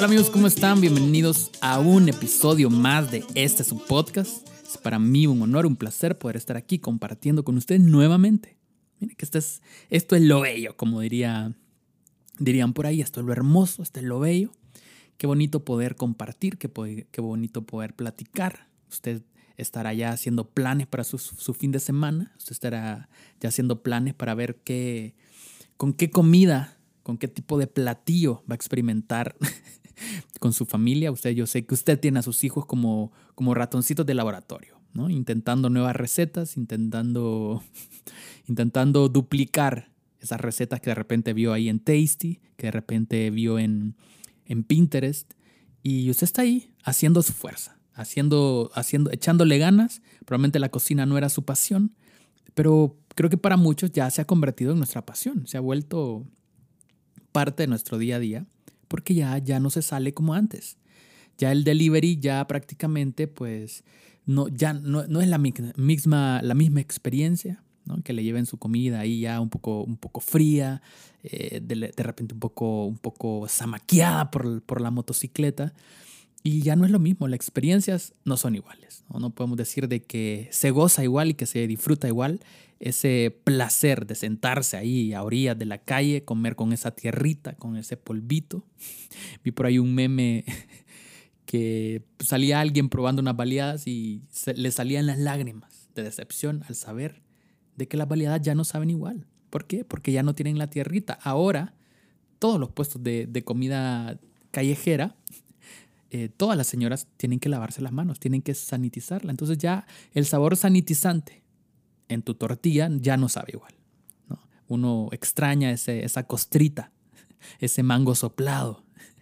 Hola amigos, ¿cómo están? Bienvenidos a un episodio más de su podcast. Es para mí un honor, un placer poder estar aquí compartiendo con ustedes nuevamente. Miren que esto es lo bello, como dirían por ahí. Esto es lo hermoso, esto es lo bello. Qué bonito poder compartir, qué bonito poder platicar. Usted estará ya haciendo planes para su fin de semana. Usted estará ya haciendo planes para ver con qué comida, con qué tipo de platillo va a experimentar con su familia. Yo sé que usted tiene a sus hijos como ratoncitos de laboratorio, ¿no? Intentando nuevas recetas, intentando duplicar esas recetas que de repente vio ahí en Tasty, que de repente vio en Pinterest. Y usted está ahí haciendo su fuerza, echándole ganas. Probablemente la cocina no era su pasión, pero creo que para muchos ya se ha convertido en nuestra pasión. Se ha vuelto parte de nuestro día a día porque ya no se sale como antes. Ya el delivery ya prácticamente pues ya no es la misma experiencia, ¿no? Que le lleven su comida ahí ya un poco fría, de repente un poco zamaqueada por la motocicleta. Y ya no es lo mismo, las experiencias no son iguales, ¿no? No podemos decir de que se goza igual y que se disfruta igual ese placer de sentarse ahí a orillas de la calle, comer con esa tierrita, con ese polvito. Vi por ahí un meme que salía alguien probando unas baleadas y le salían las lágrimas de decepción al saber de que las baleadas ya no saben igual. ¿Por qué? Porque ya no tienen la tierrita. Ahora, todos los puestos de comida callejera, todas las señoras tienen que lavarse las manos, tienen que sanitizarla. Entonces ya el sabor sanitizante en tu tortilla ya no sabe igual, ¿no? Uno extraña esa costrita, ese mango soplado,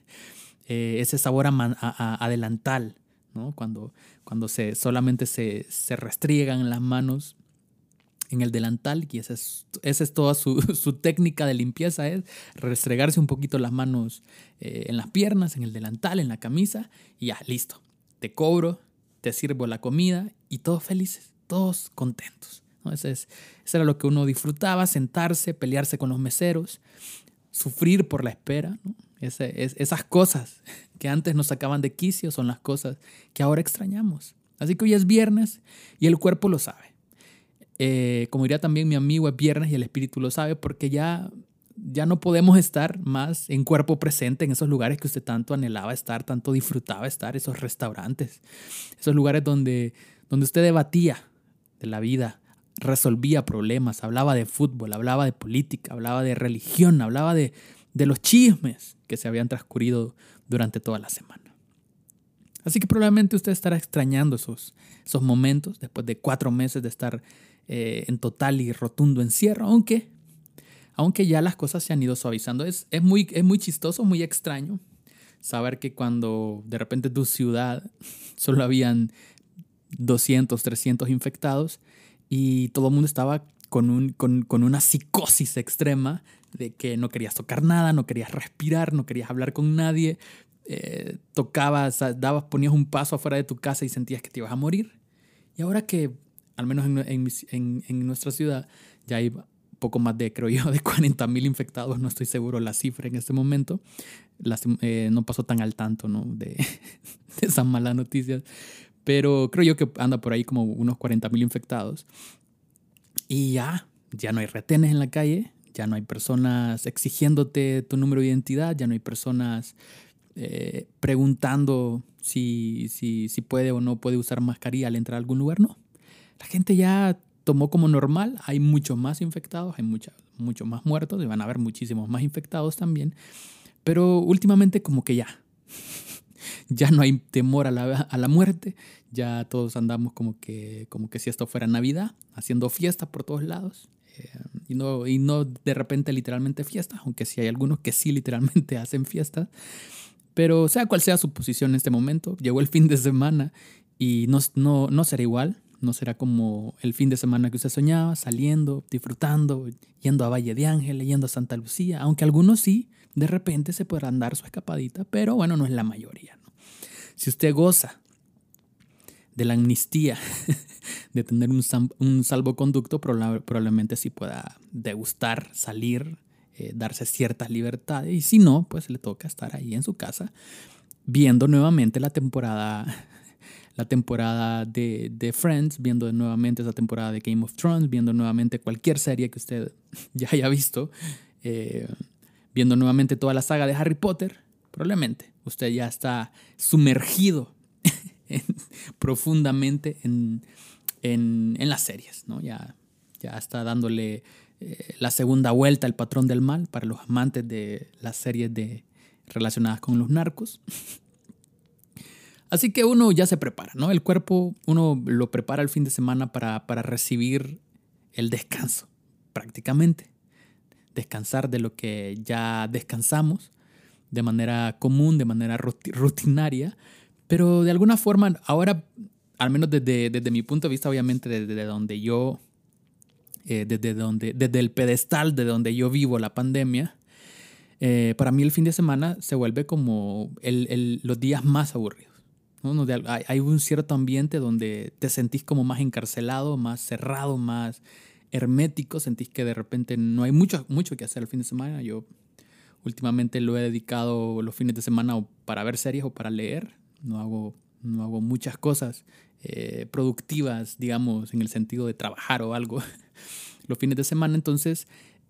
ese sabor a delantal, ¿no? Cuando solamente se restriegan las manos en el delantal, y esa es toda su técnica de limpieza, es restregarse un poquito las manos en las piernas, en el delantal, en la camisa, y ya, listo. Te cobro, te sirvo la comida y todos felices, todos contentos, ¿no? Eso era lo que uno disfrutaba, sentarse, pelearse con los meseros, sufrir por la espera, ¿no? Esas cosas que antes nos sacaban de quicio son las cosas que ahora extrañamos. Así que hoy es viernes y el cuerpo lo sabe. Como diría también mi amigo, es viernes y el espíritu lo sabe, porque ya no podemos estar más en cuerpo presente en esos lugares que usted tanto anhelaba estar, tanto disfrutaba estar, esos restaurantes, esos lugares donde usted debatía de la vida, resolvía problemas, hablaba de fútbol, hablaba de política, hablaba de religión, hablaba de los chismes que se habían transcurrido durante toda la semana. Así que probablemente usted estará extrañando esos momentos después de 4 meses de estar en total y rotundo encierro, aunque ya las cosas se han ido suavizando. Es muy chistoso, muy extraño saber que cuando de repente tu ciudad solo habían 200, 300 infectados y todo el mundo estaba con una psicosis extrema de que no querías tocar nada, no querías respirar, no querías hablar con nadie, ponías un paso afuera de tu casa y sentías que te ibas a morir. Y ahora que, al menos en nuestra ciudad, ya hay poco más de 40,000 infectados, no estoy seguro la cifra en este momento. No pasó tan al tanto, ¿no? de esas malas noticias, pero creo yo que anda por ahí como unos 40,000 infectados. Y ya no hay retenes en la calle, ya no hay personas exigiéndote tu número de identidad, ya no hay personas preguntando si puede o no puede usar mascarilla al entrar a algún lugar. No, la gente ya tomó como normal. Hay muchos más infectados, hay muchos más muertos, y van a haber muchísimos más infectados también, pero últimamente como que ya no hay temor a la muerte. Ya todos andamos como que si esto fuera Navidad, haciendo fiesta por todos lados. Y no de repente literalmente fiesta, aunque sí hay algunos que sí literalmente hacen fiesta. Pero sea cual sea su posición en este momento, llegó el fin de semana y no será igual. No será como el fin de semana que usted soñaba, saliendo, disfrutando, yendo a Valle de Ángeles, yendo a Santa Lucía. Aunque algunos sí, de repente se podrán dar su escapadita, pero bueno, no es la mayoría, ¿no? Si usted goza de la amnistía de tener un salvoconducto, probablemente sí pueda degustar, salir, darse ciertas libertades. Y si no, pues le toca estar ahí en su casa viendo nuevamente la temporada de Friends, viendo nuevamente esa temporada de Game of Thrones, viendo nuevamente cualquier serie que usted ya haya visto, eh, viendo nuevamente toda la saga de Harry Potter. Probablemente usted ya está sumergido profundamente en las series, ¿no? Ya está dándole la segunda vuelta al patrón del mal para los amantes de las series relacionadas con los narcos. Así que uno ya se prepara, ¿no? El cuerpo uno lo prepara el fin de semana para recibir el descanso, prácticamente. Descansar de lo que ya descansamos de manera común, de manera rutinaria, pero de alguna forma ahora, al menos desde mi punto de vista, obviamente desde donde yo, desde el pedestal de donde yo vivo la pandemia, para mí el fin de semana se vuelve como los días más aburridos, ¿no? Donde hay un cierto ambiente donde te sentís como más encarcelado, más cerrado, más hermético, sentís que de repente no hay mucho que hacer el fin de semana. Yo últimamente lo he dedicado los fines de semana o para ver series o para leer. No hago muchas cosas productivas, digamos, en el sentido de trabajar o algo los fines de semana. Entonces,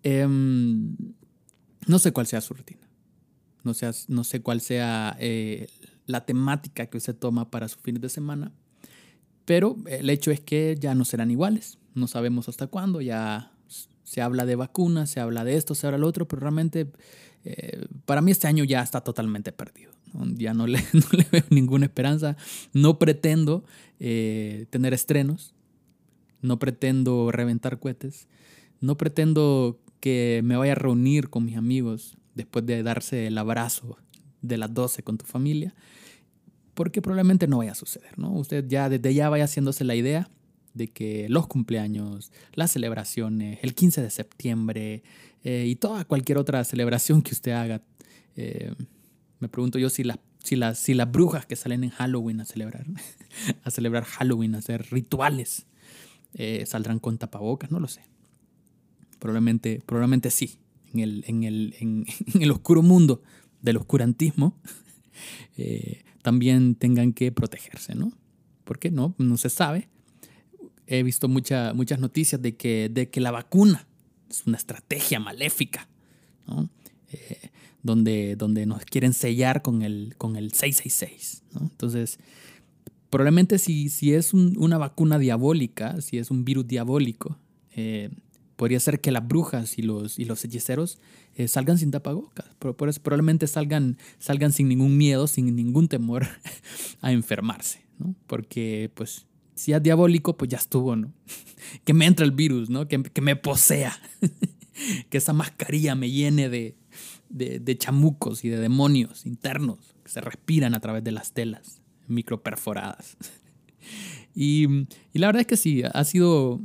no sé cuál sea su rutina. No sé cuál sea la temática que usted toma para sus fines de semana. Pero el hecho es que ya no serán iguales. No sabemos hasta cuándo. Ya se habla de vacunas, se habla de esto, se habla de lo otro, pero realmente para mí este año ya está totalmente perdido, ¿no? Ya no le veo ninguna esperanza. No pretendo tener estrenos. No pretendo reventar cohetes. No pretendo que me vaya a reunir con mis amigos después de darse el abrazo de las 12 con tu familia, porque probablemente no vaya a suceder, ¿no? Usted ya desde ya vaya haciéndose la idea de que los cumpleaños, las celebraciones, el 15 de septiembre y toda cualquier otra celebración que usted haga, me pregunto yo si las brujas que salen en Halloween a celebrar Halloween, a hacer rituales, saldrán con tapabocas, no lo sé. Probablemente sí, en el oscuro mundo del oscurantismo, también tengan que protegerse, ¿no? ¿Por qué no? No se sabe. He visto muchas noticias de que la vacuna es una estrategia maléfica, ¿no? Donde nos quieren sellar con el 666, ¿no? Entonces, probablemente si es una vacuna diabólica, si es un virus diabólico, podría ser que las brujas y los hechiceros salgan sin tapabocas. Por eso probablemente salgan sin ningún miedo, sin ningún temor a enfermarse, ¿no? Porque, pues, si es diabólico, pues ya estuvo, ¿no? Que me entre el virus, ¿no? Que me posea. Que esa mascarilla me llene de chamucos y de demonios internos que se respiran a través de las telas microperforadas. Y la verdad es que sí, ha sido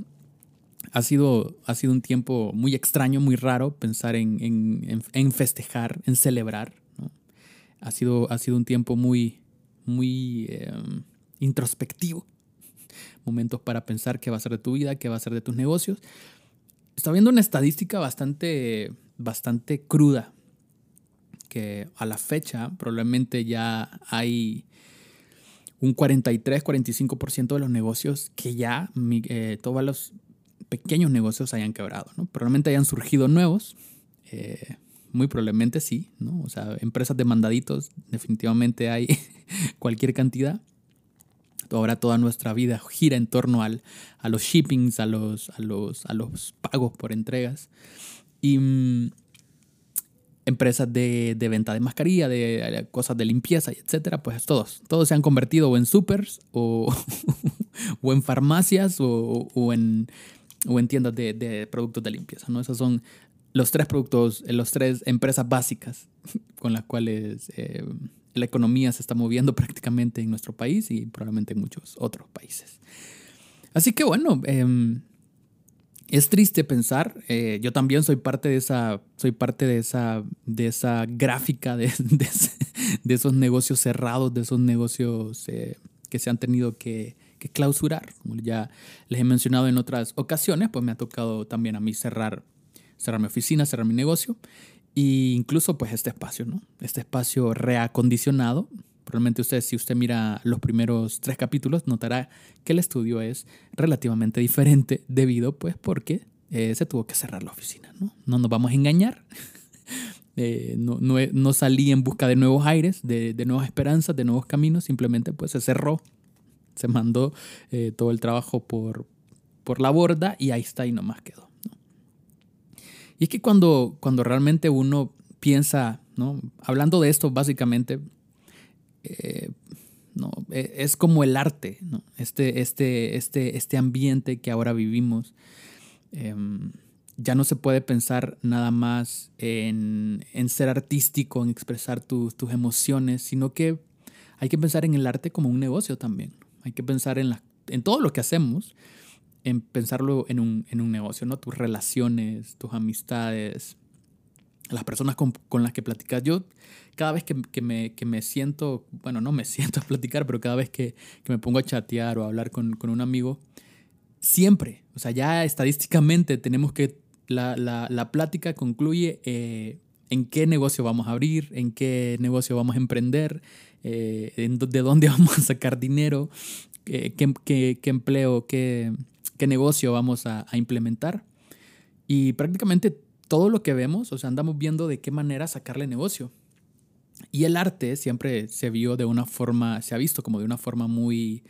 un tiempo muy extraño, muy raro pensar en festejar, en celebrar, ¿no? Ha sido un tiempo muy introspectivo. Momentos para pensar qué va a ser de tu vida, qué va a ser de tus negocios. Estaba viendo una estadística bastante cruda, que a la fecha probablemente ya hay un 43-45% de los negocios que ya todos los pequeños negocios hayan quebrado, ¿no? Probablemente hayan surgido nuevos, muy probablemente sí, ¿no? O sea, empresas de mandaditos definitivamente hay cualquier cantidad. Ahora toda nuestra vida gira en torno a los shippings, a los pagos por entregas. Y empresas de venta de mascarilla, de cosas de limpieza, etcétera, pues todos se han convertido o en supers o en farmacias o en tiendas de productos de limpieza, ¿no? Esos son los tres productos, las tres empresas básicas con las cuales la economía se está moviendo prácticamente en nuestro país y probablemente en muchos otros países. Así que bueno, es triste pensar. Yo también soy parte de esa gráfica de esos negocios cerrados, de esos negocios que se han tenido que clausurar. Como ya les he mencionado en otras ocasiones, pues me ha tocado también a mí cerrar cerrar mi oficina, cerrar mi negocio e incluso pues este espacio, ¿no? Este espacio reacondicionado. Probablemente si usted mira los primeros 3 capítulos, notará que el estudio es relativamente diferente debido pues porque se tuvo que cerrar la oficina, ¿no? No nos vamos a engañar. No salí en busca de nuevos aires, de nuevas esperanzas, de nuevos caminos, simplemente pues se cerró, se mandó todo el trabajo por la borda y ahí está y nomás quedó, ¿no? Y es que cuando realmente uno piensa, ¿no? Hablando de esto básicamente, no, es como el arte, ¿no? Este ambiente que ahora vivimos. Ya no se puede pensar nada más en ser artístico, en expresar tus emociones, sino que hay que pensar en el arte como un negocio también. Hay que pensar en todo lo que hacemos, en pensarlo en un negocio, ¿no? Tus relaciones, tus amistades, las personas con las que platicas. Yo cada vez que me siento, bueno, no me siento a platicar, pero cada vez que me pongo a chatear o a hablar con un amigo, siempre, o sea, ya estadísticamente tenemos que la plática concluye en qué negocio vamos a abrir, en qué negocio vamos a emprender, de dónde vamos a sacar dinero, qué empleo, qué negocio vamos a implementar. Y prácticamente todo lo que vemos, o sea, andamos viendo de qué manera sacarle negocio. Y el arte siempre se vio de una forma, se ha visto como de una forma muy,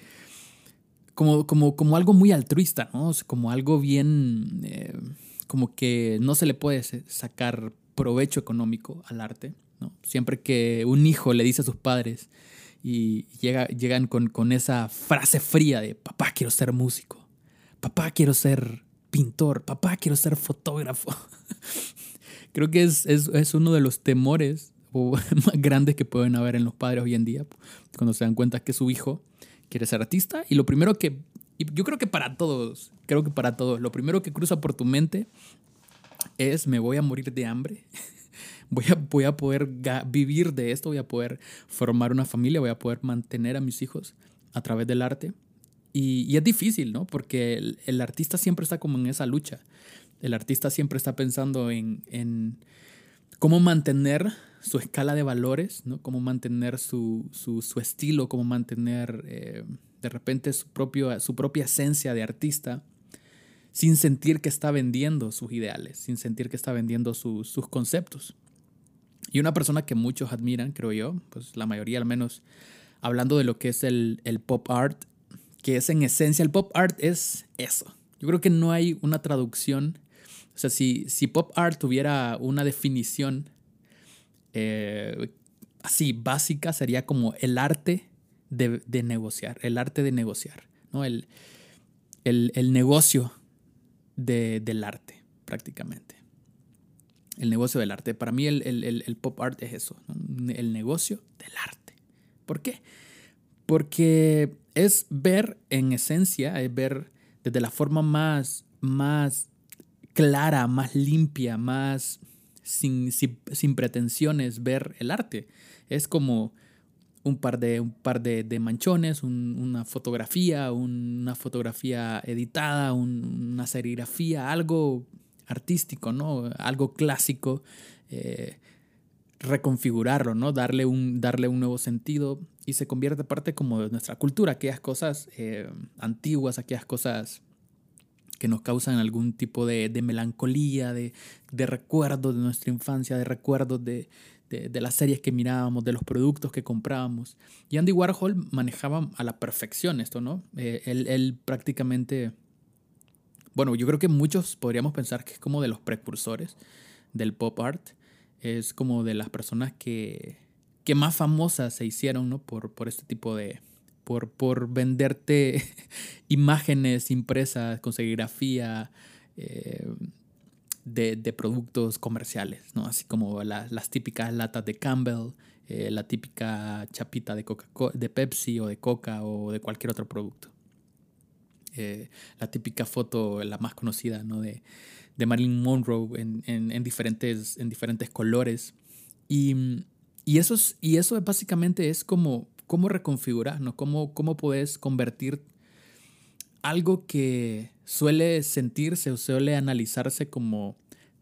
como algo muy altruista, ¿no? O sea, como algo bien, como que no se le puede sacar provecho económico al arte, ¿no? Siempre que un hijo le dice a sus padres y llegan con esa frase fría de papá, quiero ser músico, papá, quiero ser pintor, papá, quiero ser fotógrafo. Creo que es uno de los temores más grandes que pueden haber en los padres hoy en día, cuando se dan cuenta que su hijo quiere ser artista. Y lo primero y yo creo que para todos, lo primero que cruza por tu mente es: me voy a morir de hambre, voy a poder vivir de esto, voy a poder formar una familia, voy a poder mantener a mis hijos a través del arte. Y es difícil, ¿no? Porque el artista siempre está como en esa lucha. El artista siempre está pensando en cómo mantener su escala de valores, ¿no? Cómo mantener su estilo, cómo mantener de repente su propia esencia de artista, sin sentir que está vendiendo sus ideales, sin sentir que está vendiendo sus conceptos. Y una persona que muchos admiran, creo yo, pues la mayoría al menos, hablando de lo que es el pop art, que es en esencia, el pop art es eso. Yo creo que no hay una traducción. O sea, si pop art tuviera una definición así básica, sería como el arte de negociar, el arte de negociar, ¿no? El negocio del arte, prácticamente. El negocio del arte. Para mí el pop art es eso, ¿no? El negocio del arte. ¿Por qué? Porque es ver en esencia, es ver desde la forma más clara, más limpia, más sin pretensiones, ver el arte. Es como un par de manchones, una fotografía editada, una serigrafía, algo artístico, ¿no? Algo clásico, reconfigurarlo, ¿no? Darle un nuevo sentido y se convierte parte como de nuestra cultura, aquellas cosas antiguas, aquellas cosas que nos causan algún tipo de melancolía, de recuerdos de nuestra infancia, de recuerdos de las series que mirábamos, de los productos que comprábamos. Y Andy Warhol manejaba a la perfección esto, ¿no? Él prácticamente, bueno, yo creo que muchos podríamos pensar que es como de los precursores del pop art. Es como de las personas que más famosas se hicieron, ¿no? Por este tipo de... Por venderte imágenes impresas con serigrafía de productos comerciales, ¿no? Así como las típicas latas de Campbell, la típica chapita de de Pepsi o de Coca o de cualquier otro producto. La típica foto, la más conocida, ¿no? de Marilyn Monroe en diferentes colores. Y eso básicamente es como cómo reconfigurar, ¿no? Cómo puedes convertir algo que suele sentirse o suele analizarse como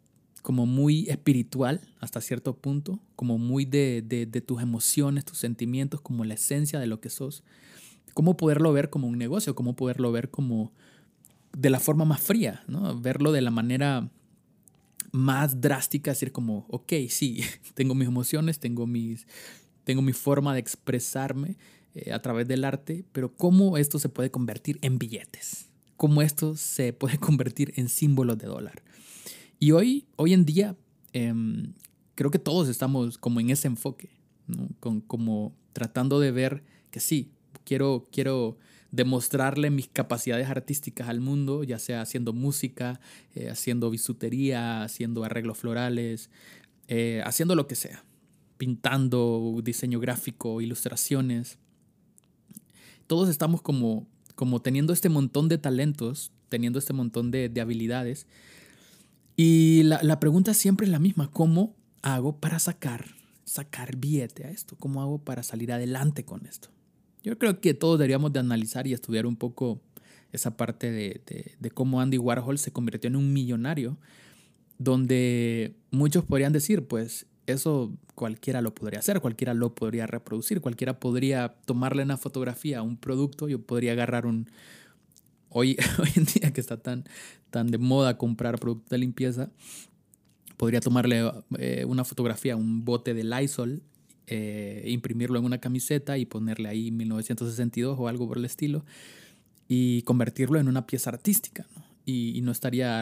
como muy espiritual hasta cierto punto, como muy de tus emociones, tus sentimientos, como la esencia de lo que sos. Cómo poderlo ver como un negocio, cómo poderlo ver como de la forma más fría, ¿no? Verlo de la manera más drástica, decir como, ok, sí, tengo mis emociones, tengo mi forma de expresarme a través del arte, pero cómo esto se puede convertir en billetes, cómo esto se puede convertir en símbolos de dólar. Y hoy en día, creo que todos estamos como en ese enfoque, ¿no? Como tratando de ver que sí, quiero demostrarle mis capacidades artísticas al mundo, ya sea haciendo música, haciendo bisutería, haciendo arreglos florales, haciendo lo que sea, pintando, diseño gráfico, ilustraciones. Todos estamos como teniendo este montón de talentos, teniendo este montón de habilidades. Y la pregunta siempre es la misma: ¿cómo hago para sacar billete a esto? ¿Cómo hago para salir adelante con esto? Yo creo que todos deberíamos de analizar y estudiar un poco esa parte de cómo Andy Warhol se convirtió en un millonario, donde muchos podrían decir, pues eso cualquiera lo podría hacer, cualquiera lo podría reproducir, cualquiera podría tomarle una fotografía a un producto. Yo podría agarrar hoy en día que está tan de moda comprar productos de limpieza, podría tomarle una fotografía a un bote de Lysol, imprimirlo en una camiseta y ponerle ahí 1962 o algo por el estilo y convertirlo en una pieza artística, ¿no? Y no estaría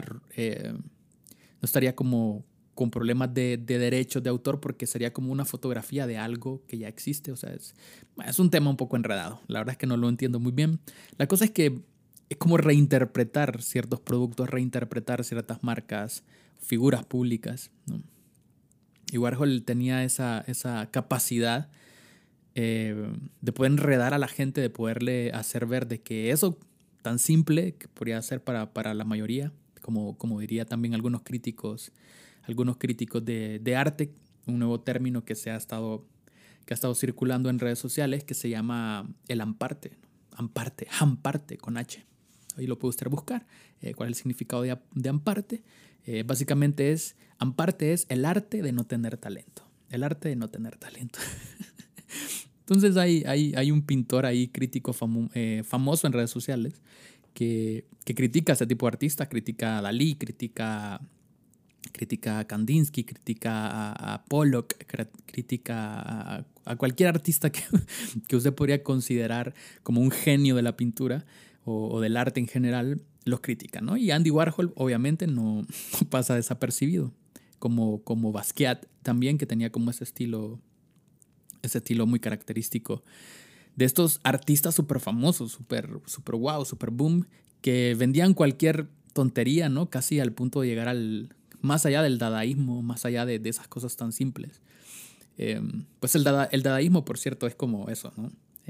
como con problemas de derechos de autor, porque sería como una fotografía de algo que ya existe. O sea, es un tema un poco enredado. La verdad es que no lo entiendo muy bien. La cosa es que es como reinterpretar ciertos productos, reinterpretar ciertas marcas, figuras públicas, ¿no? Y Warhol tenía esa capacidad de poder enredar a la gente, de poderle hacer ver de que eso tan simple que podría ser para la mayoría, como diría también algunos críticos de arte, un nuevo término que ha estado circulando en redes sociales, que se llama el amparte, amparte con H. Ahí lo puede usted buscar. ¿Cuál es el significado de amparte? Básicamente amparte es el arte de no tener talento. El arte de no tener talento. Entonces hay un pintor ahí, crítico famoso en redes sociales, que critica a este tipo de artistas, critica a Dalí, critica a Kandinsky, critica a Pollock, critica a cualquier artista que usted podría considerar como un genio de la pintura o del arte en general, los critica, ¿no? Y Andy Warhol obviamente no pasa desapercibido, como Basquiat también, que tenía como ese estilo muy característico de estos artistas súper famosos, súper wow, súper boom, que vendían cualquier tontería, ¿no? Casi al punto de llegar más allá del dadaísmo, más allá de esas cosas tan simples. Pues el dadaísmo, por cierto, es como eso, ¿no?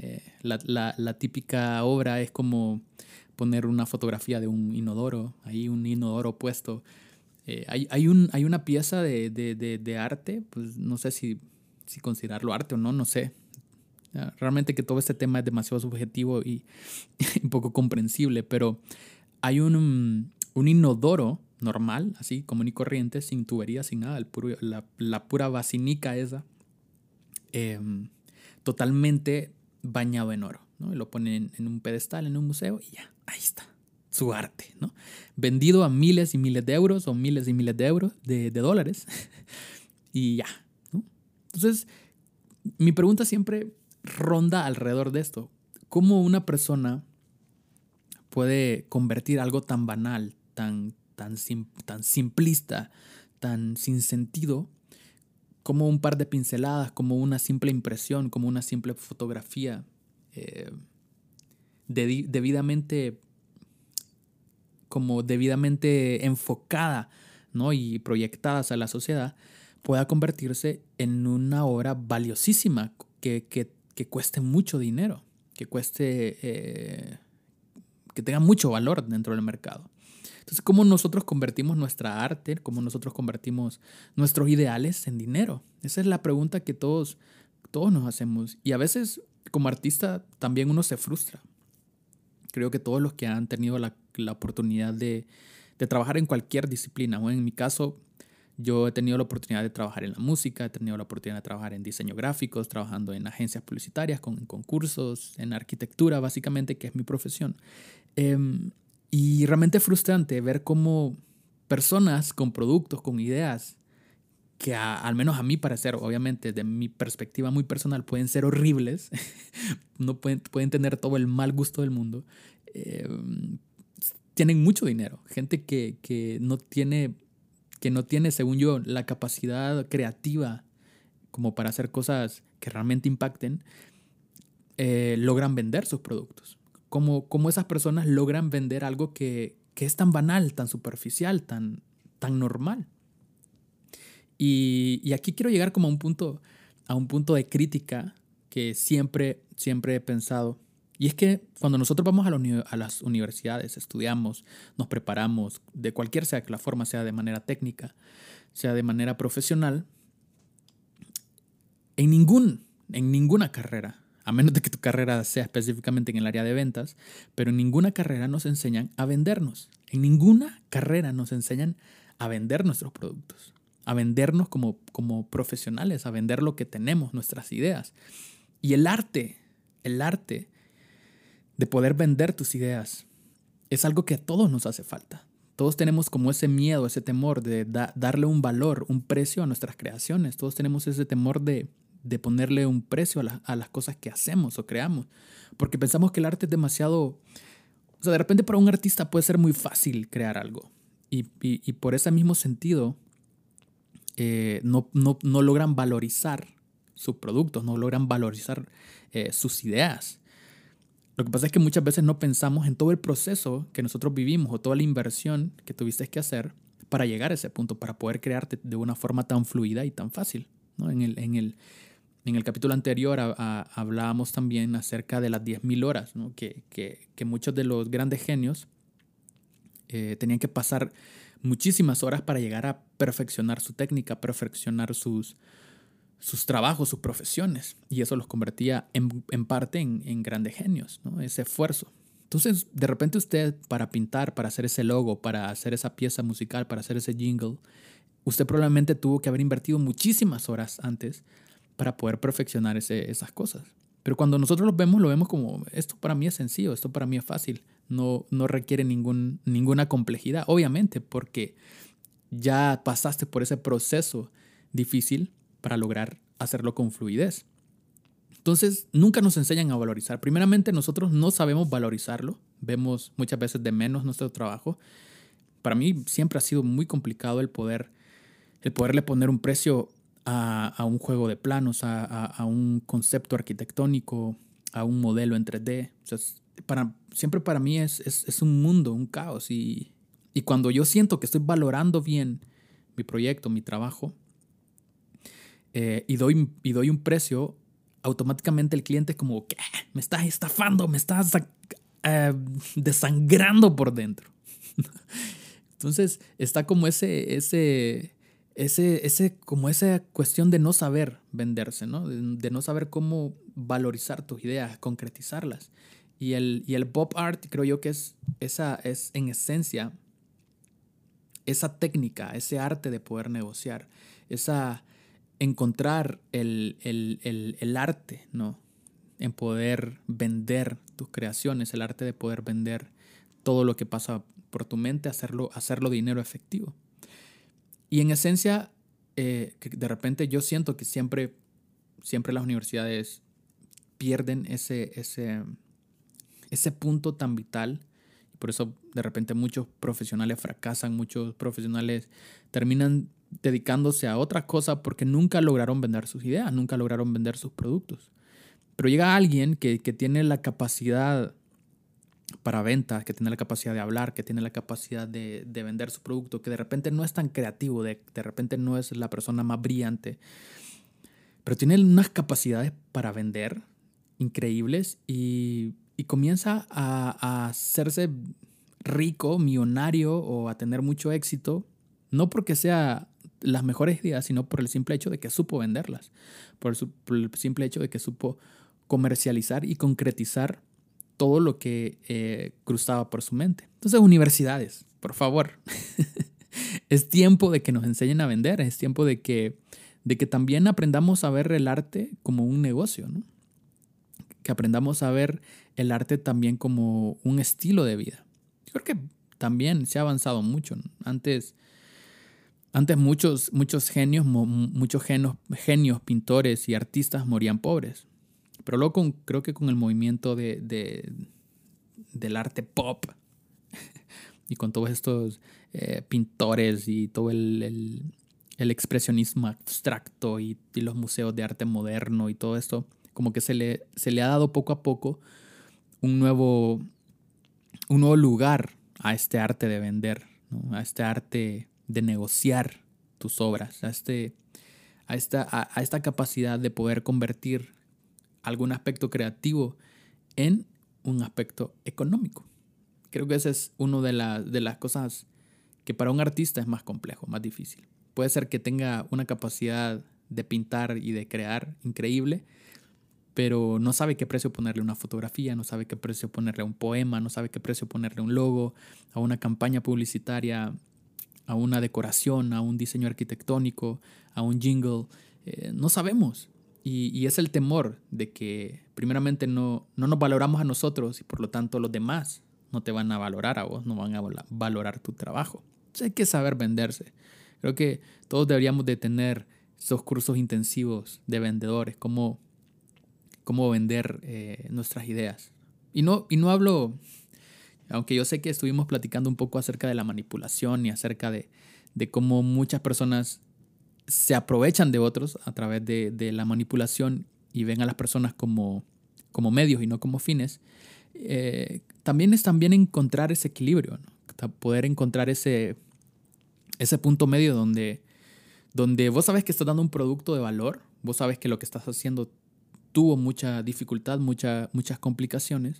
La típica obra es como poner una fotografía de un inodoro, ahí un inodoro puesto. Hay una pieza de arte, pues no sé si considerarlo arte o no, no sé. Realmente que todo este tema es demasiado subjetivo y un poco comprensible, pero hay un inodoro normal, así común y corriente, sin tubería, sin nada, la pura basinica esa, totalmente bañado en oro, ¿no? Y lo ponen en un pedestal, en un museo, y ya, ahí está, su arte, ¿no? Vendido a miles y miles de euros o miles y miles de euros, de dólares, y ya, ¿no? Entonces, mi pregunta siempre ronda alrededor de esto. ¿Cómo una persona puede convertir algo tan banal, tan simplista, tan sin sentido, como un par de pinceladas, como una simple impresión, como una simple fotografía debidamente enfocada, ¿no? Y proyectada hacia la sociedad, pueda convertirse en una obra valiosísima que cueste mucho dinero, que tenga mucho valor dentro del mercado? Entonces, ¿cómo nosotros convertimos nuestra arte? ¿Cómo nosotros convertimos nuestros ideales en dinero? Esa es la pregunta que todos nos hacemos. Y a veces, como artista, también uno se frustra. Creo que todos los que han tenido la oportunidad de trabajar en cualquier disciplina, o en mi caso, Yo he tenido la oportunidad de trabajar en la música, he tenido la oportunidad de trabajar en diseño gráfico, trabajando en agencias publicitarias, con concursos, en arquitectura, básicamente, que es mi profesión. Y realmente es frustrante ver cómo personas con productos, con ideas, que al menos a mi parecer, obviamente, de mi perspectiva muy personal, pueden ser horribles, no pueden tener todo el mal gusto del mundo, eh, tienen mucho dinero. Gente que no tiene, según yo, la capacidad creativa como para hacer cosas que realmente impacten, logran vender sus productos. Como esas personas logran vender algo que es tan banal, tan superficial, tan normal. Y aquí quiero llegar como a un punto de crítica que siempre he pensado. Y es que cuando nosotros vamos a las universidades, estudiamos, nos preparamos, de cualquier sea que la forma, sea de manera técnica, sea de manera profesional, en ninguna carrera, a menos de que tu carrera sea específicamente en el área de ventas, pero en ninguna carrera nos enseñan a vendernos. En ninguna carrera nos enseñan a vender nuestros productos, a vendernos como profesionales, a vender lo que tenemos, nuestras ideas. Y el arte de poder vender tus ideas es algo que a todos nos hace falta. Todos tenemos como ese miedo, ese temor de darle un valor, un precio a nuestras creaciones. Todos tenemos ese temor de ponerle un precio a las cosas que hacemos o creamos. Porque pensamos que el arte es demasiado... O sea, de repente para un artista puede ser muy fácil crear algo. Y por ese mismo sentido, no logran valorizar sus productos, no logran valorizar sus ideas. Lo que pasa es que muchas veces no pensamos en todo el proceso que nosotros vivimos o toda la inversión que tuviste que hacer para llegar a ese punto, para poder crearte de una forma tan fluida y tan fácil, ¿no? En el capítulo anterior hablábamos también acerca de las 10.000 horas, ¿no? Que muchos de los grandes genios tenían que pasar muchísimas horas para llegar a perfeccionar su técnica, perfeccionar sus trabajos, sus profesiones, y eso los convertía en parte en grandes genios, ¿no? Ese esfuerzo. Entonces, de repente usted, para pintar, para hacer ese logo, para hacer esa pieza musical, para hacer ese jingle, usted probablemente tuvo que haber invertido muchísimas horas antes para poder perfeccionar esas cosas. Pero cuando nosotros lo vemos como, esto para mí es sencillo, esto para mí es fácil, no requiere ninguna complejidad, obviamente, porque ya pasaste por ese proceso difícil para lograr hacerlo con fluidez. Entonces, nunca nos enseñan a valorizar. Primeramente, nosotros no sabemos valorizarlo. Vemos muchas veces de menos nuestro trabajo. Para mí siempre ha sido muy complicado el poderle poner un precio a un juego de planos, a un concepto arquitectónico, a un modelo en 3D. O sea, siempre para mí es un mundo, un caos. Y cuando yo siento que estoy valorando bien mi proyecto, mi trabajo, y doy un precio, automáticamente el cliente es como, ¿qué? Me estás estafando, me estás desangrando por dentro. Entonces está como como esa cuestión de no saber venderse, ¿no? De no saber cómo valorizar tus ideas, concretizarlas. Y el pop art creo yo que es en esencia esa técnica, ese arte de poder negociar, encontrar el arte, ¿no? En poder vender tus creaciones, el arte de poder vender todo lo que pasa por tu mente, hacerlo dinero efectivo. Y en esencia, que de repente yo siento que siempre las universidades pierden ese punto tan vital. Por eso de repente muchos profesionales fracasan, muchos profesionales terminan dedicándose a otra cosa porque nunca lograron vender sus ideas, nunca lograron vender sus productos. Pero llega alguien que tiene la capacidad para ventas, que tiene la capacidad de hablar, que tiene la capacidad de vender su producto, que de repente no es tan creativo, de repente no es la persona más brillante, pero tiene unas capacidades para vender increíbles y comienza a hacerse rico, millonario o a tener mucho éxito, no porque sea las mejores ideas, sino por el simple hecho de que supo venderlas, por el simple hecho de que supo comercializar y concretizar todo lo que cruzaba por su mente. Entonces, universidades, por favor, Es tiempo de que nos enseñen a vender, es tiempo de que también aprendamos a ver el arte como un negocio, ¿no? Que aprendamos a ver el arte también como un estilo de vida. Yo creo que también se ha avanzado mucho, ¿no? Antes muchos genios, pintores y artistas morían pobres. Pero luego creo que con el movimiento del arte pop y con todos estos pintores y todo el expresionismo abstracto y los museos de arte moderno y todo esto, como que se le ha dado poco a poco un nuevo lugar a este arte de vender, ¿no? A este arte de negociar tus obras, a esta capacidad de poder convertir algún aspecto creativo en un aspecto económico. Creo que esa es una de las cosas que para un artista es más complejo, más difícil. Puede ser que tenga una capacidad de pintar y de crear increíble, pero no sabe qué precio ponerle a una fotografía, no sabe qué precio ponerle a un poema, no sabe qué precio ponerle a un logo, a una campaña publicitaria, a una decoración, a un diseño arquitectónico, a un jingle. No sabemos. Y es el temor de que primeramente no nos valoramos a nosotros y por lo tanto los demás no te van a valorar a vos, no van a valorar tu trabajo. Entonces hay que saber venderse. Creo que todos deberíamos de tener esos cursos intensivos de vendedores, cómo vender nuestras ideas. Y no hablo, aunque yo sé que estuvimos platicando un poco acerca de la manipulación y acerca de cómo muchas personas se aprovechan de otros a través de la manipulación y ven a las personas como medios y no como fines. También es encontrar ese equilibrio, ¿no? Poder encontrar ese punto medio donde vos sabes que estás dando un producto de valor, vos sabes que lo que estás haciendo tuvo mucha dificultad, muchas complicaciones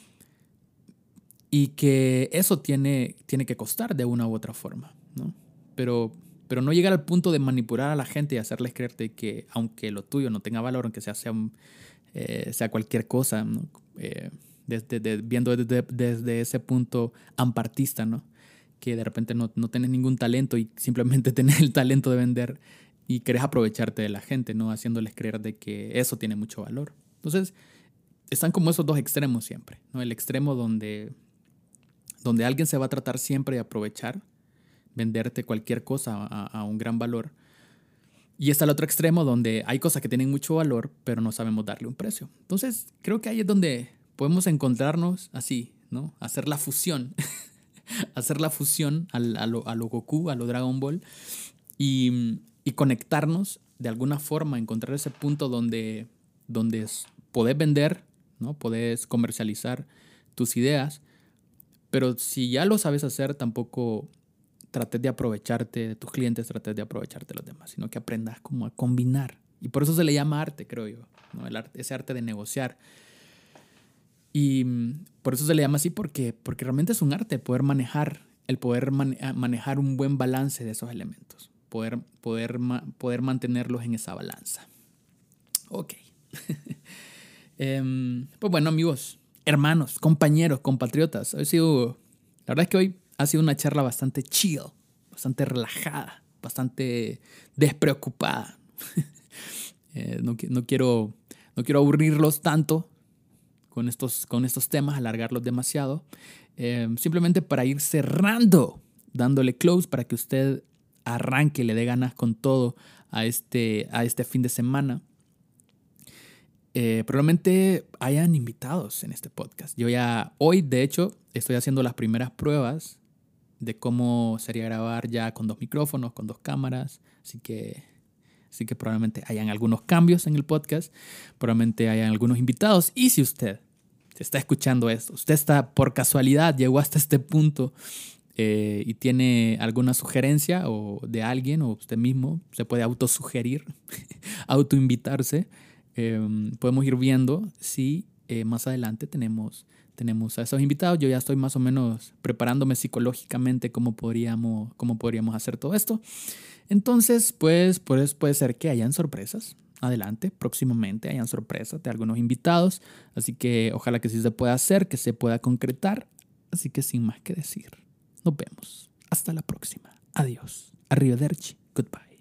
y que eso tiene que costar de una u otra forma, ¿no? Pero no llegar al punto de manipular a la gente y hacerles creerte que aunque lo tuyo no tenga valor, aunque sea cualquier cosa, ¿no? Viendo desde ese punto ampartista, ¿no? Que de repente no tenés ningún talento y simplemente tenés el talento de vender y querés aprovecharte de la gente, ¿no? Haciéndoles creer de que eso tiene mucho valor. Entonces, están como esos dos extremos siempre, ¿no? El extremo donde alguien se va a tratar siempre de aprovechar, venderte cualquier cosa a un gran valor. Y está el otro extremo donde hay cosas que tienen mucho valor, pero no sabemos darle un precio. Entonces, creo que ahí es donde podemos encontrarnos así, ¿no? Hacer la fusión. Hacer la fusión a lo Goku, a lo Dragon Ball y conectarnos de alguna forma, encontrar ese punto donde podés vender, ¿no? Podés comercializar tus ideas, pero si ya lo sabes hacer, tampoco trates de aprovecharte de tus clientes, trates de aprovecharte de los demás, sino que aprendas como a combinar. Y por eso se le llama arte, creo yo, ¿no? Ese arte de negociar. Y por eso se le llama así porque realmente es un arte el poder manejar un buen balance de esos elementos, poder mantenerlos en esa balanza. Ok. Pues bueno, amigos, hermanos, compañeros, compatriotas, la verdad es que hoy ha sido una charla bastante chill, bastante relajada, bastante despreocupada. No quiero aburrirlos tanto con estos temas, alargarlos demasiado. Simplemente para ir cerrando, dándole close para que usted arranque, le dé ganas con todo a este fin de semana. Probablemente hayan invitados en este podcast. Hoy, de hecho, estoy haciendo las primeras pruebas de cómo sería grabar ya con 2 micrófonos, con 2 cámaras. Así que probablemente hayan algunos cambios en el podcast. Probablemente hayan algunos invitados. Y si usted está escuchando esto, usted está por casualidad, llegó hasta este punto y tiene alguna sugerencia o de alguien o usted mismo, se puede autosugerir, autoinvitarse. Podemos ir viendo si más adelante tenemos a esos invitados. Yo ya estoy más o menos preparándome psicológicamente cómo podríamos hacer todo esto. Entonces, pues puede ser que hayan sorpresas. Adelante, próximamente hayan sorpresas de algunos invitados. Así que ojalá que sí se pueda hacer, que se pueda concretar. Así que sin más que decir, nos vemos. Hasta la próxima. Adiós. Arrivederci. Goodbye.